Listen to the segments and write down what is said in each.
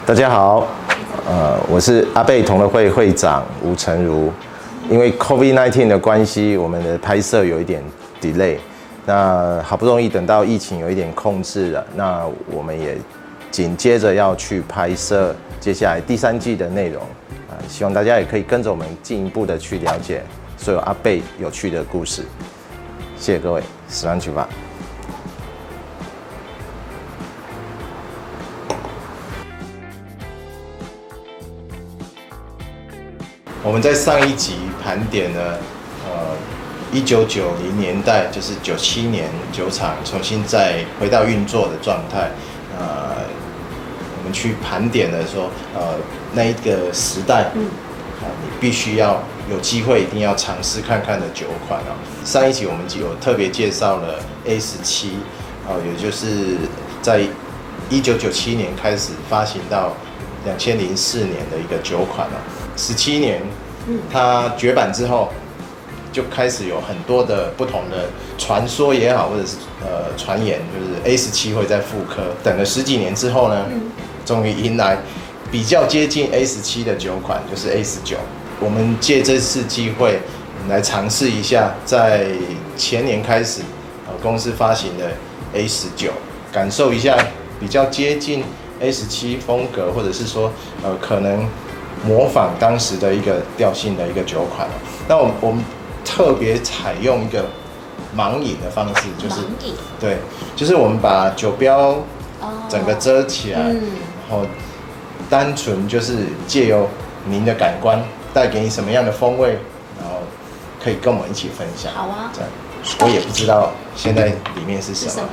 大家好，我是阿贝同乐会会长吴成儒。因为 COVID-19 的关系，我们的拍摄有一点 delay。那好不容易等到疫情有一点控制了，那我们也紧接着要去拍摄接下来第3季的内容。希望大家也可以跟着我们进一步的去了解所有阿贝有趣的故事。谢谢各位，史兰曲吧。我们在上一集盘点了1990年代，就是97年酒厂重新再回到运作的状态。我们去盘点了说，那一个时代，你必须要有机会，一定要尝试看看的酒款哦。上一集我们有特别介绍了 A17，也就是在1997年开始发行到2004年的一个酒款哦。17年，它绝版之后，就开始有很多的不同的传说也好，或者是传言，就是 A17会再复刻。等了10几年之后呢，终于迎来比较接近 A17的酒款，就是 A19。我们借这次机会来尝试一下，在前年开始，公司发行的 A19，感受一下比较接近 A17风格，或者是说可能模仿当时的一个调性的一个酒款。那我们特别采用一个盲饮的方式，就是对，就是我们把酒标整个遮起来，然后单纯就是借由您的感官带给你什么样的风味，然后可以跟我们一起分享。 好啊， 我也不知道现在里面是什么，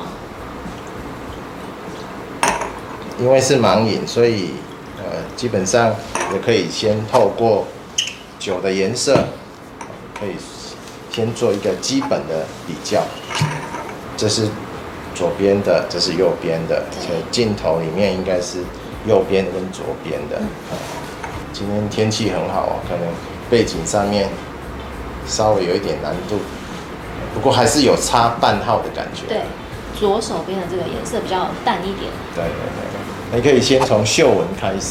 因为是盲饮，所以基本上也可以先透过酒的颜色，可以先做一个基本的比较。这是左边的，这是右边的，所以镜头里面应该是右边跟左边的。今天天气很好，可能背景上面稍微有一点难度，不过还是有差半号的感觉。 对，左手边的这个颜色比较淡一点。 对，你可以先从嗅闻开始。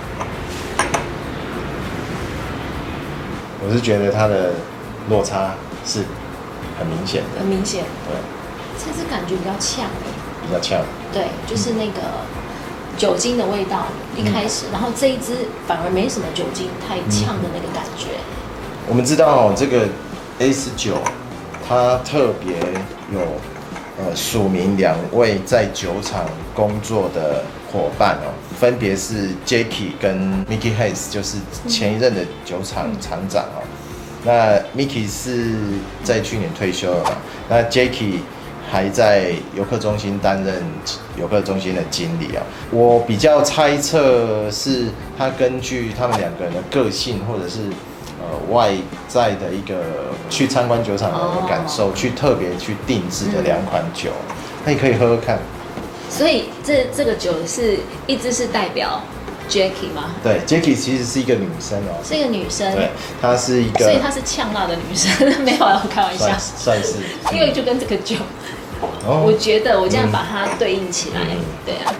我是觉得它的落差是很明显的。 很明显。 对。 这支感觉比较呛。 比较呛。 对，就是那个酒精的味道一开始，然后这一支反而没什么酒精太呛的那个感觉。 我们知道这个 A19，它特别有署名2位在酒厂工作的伙伴哦，分别是 Jackie 跟 Mickey Hayes， 就是前一任的酒厂厂长哦。那 Mickey 是在去年退休了嘛，那 Jackie 还在游客中心担任游客中心的经理啊。我比较猜测是他根据他们2个人的个性，或者是外在的一个去参观酒厂的感受，去特别去定制的2款酒。那你可以喝喝看。 所以这个酒是一支是代表 Jackie 吗？ 对 ，Jackie 其实是一一个女生哦， 是一个女生。 对，她是一个， 所以她是呛辣的女生，没有啊，我开玩笑。 算是， 因为就跟这个酒，我觉得我这样把它对应起来，对啊。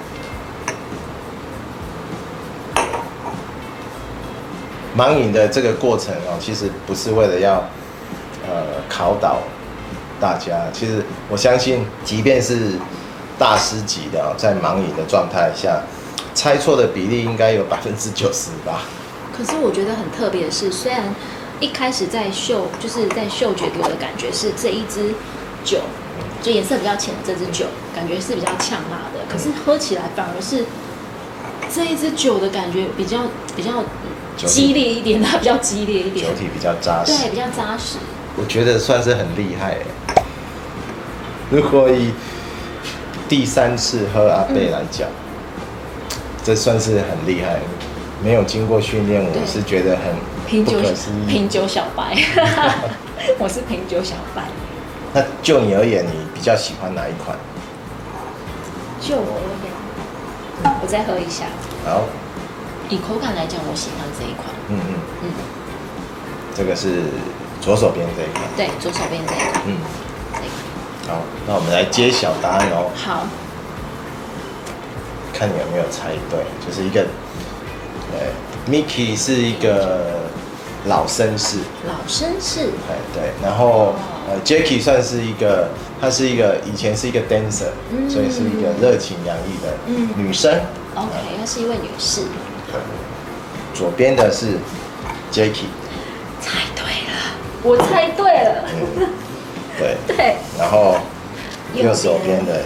盲饮的这个过程哦，其实不是为了要考倒大家，其实我相信，即便是大师级的在盲饮的状态下，猜错的比例应该有90%吧。 可是我觉得很特别的是，虽然一开始就是在嗅觉给我的感觉是这一支酒，就颜色比较浅的这支酒，感觉是比较呛辣的，可是喝起来反而是这一支酒的感觉比较激烈一点，它比较激烈一点， 酒体比较扎实， 对，比较扎实。 我觉得算是很厉害。如果以第3次喝阿贝来讲，这算是很厉害。没有经过训练，我是觉得很不可思议。 品酒小白，我是品酒小白。 那就你而言，你比较喜欢哪一款？ 就我而言，我再喝一下。 好。 以口感来讲，我喜欢这一款。 这个是左手边这一款。 对，左手边这一款。 好，那我们来揭晓答案哦。 好。 看你有没有猜对，就是一个Mickey 是一个老绅士， 老绅士， 对，然后Jackie 算是一个，她是一个以前是一个 dancer，所以是一个热情洋溢的女生。 OK， 她是一位女士。 左边的是 Jackie， 猜对了，我猜对了。对， 然后右手边的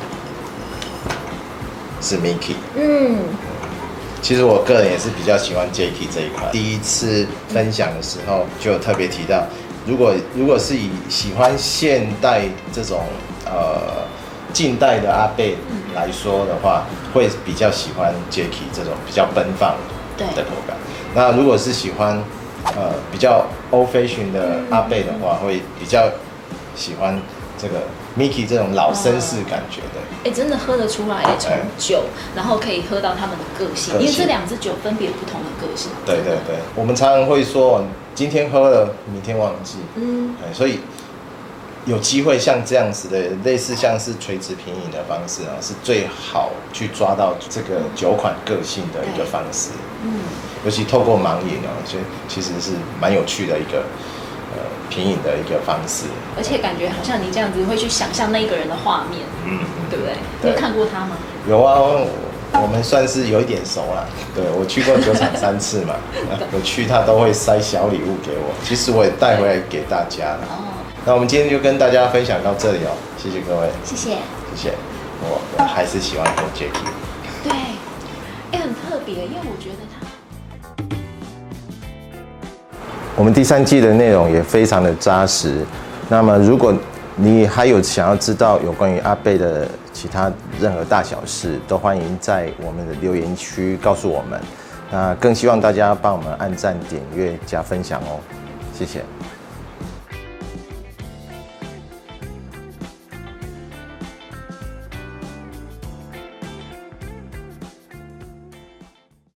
是 Mickey。其实我个人也是比较喜欢 Jackie 这一款。第一次分享的时候就有特别提到，如果是以喜欢现代这种近代的阿贝来说的话，会比较喜欢 Jackie 这种比较奔放的口感。那如果是喜欢比较 old fashion 的阿贝的话，会比较喜欢这个 Mickey 这种老绅士感觉的。 真的喝得出来，从酒，然后可以喝到他们的个性，因为这2支酒分别不同的个性。 对，我们常常会说，今天喝了，明天忘记。所以有机会像这样子的，类似像是垂直品饮的方式啊，是最好去抓到这个酒款个性的一个方式。尤其透过盲饮啊，所以其实是蛮有趣的一个品饮的一个方式。 而且感觉好像你这样子会去想象那个人的画面，对不对？你有看过他吗？ 有啊，我们算是有一点熟啦。对，我去过酒厂3次嘛，我去他都会塞小礼物给我，其实我也带回来给大家了。那我们今天就跟大家分享到这里哦，谢谢各位， 谢谢。 我还是喜欢喝 Jackie。 对，很特别，因为我觉得他。 我们第3季的内容也非常的扎实。那么，如果你还有想要知道有关于阿贝的其他任何大小事，都欢迎在我们的留言区告诉我们。那更希望大家帮我们按赞、点阅、加分享哦，谢谢。